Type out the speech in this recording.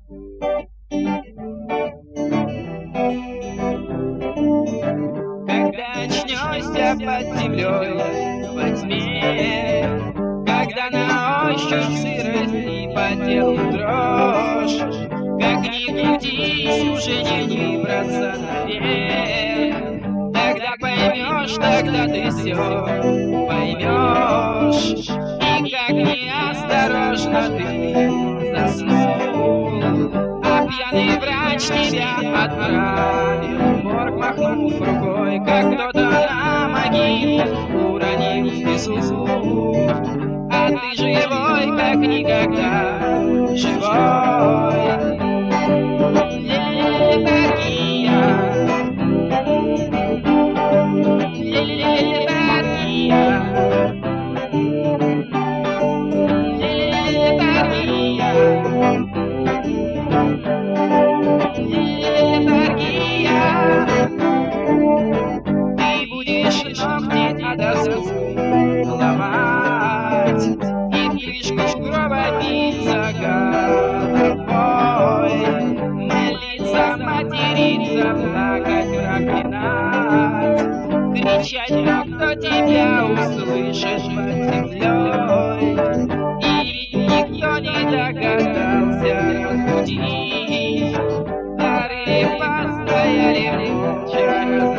Когда очнешься под землей во тьме, когда на ощупь сырость и по телу дрожь, как ни крутись, уже не выбраться наверх. Тогда поймешь, тогда ты все поймешь. И как неосторожно ты заснул, а пьяный врач тебя отправил в морг, махнув рукой, как кто-то на могиле уронил слезу. А ты живой, как никогда, живой. Летаргия, летаргия, летаргия, летаргия. Ты будешь ногти на доску ломать и крышку гроба бить за головой, молиться, материться, плакать, проклинать, кричать, но кто тебя услышит под землей? И ведь никто не догадался разбудить. Старые постояли молча.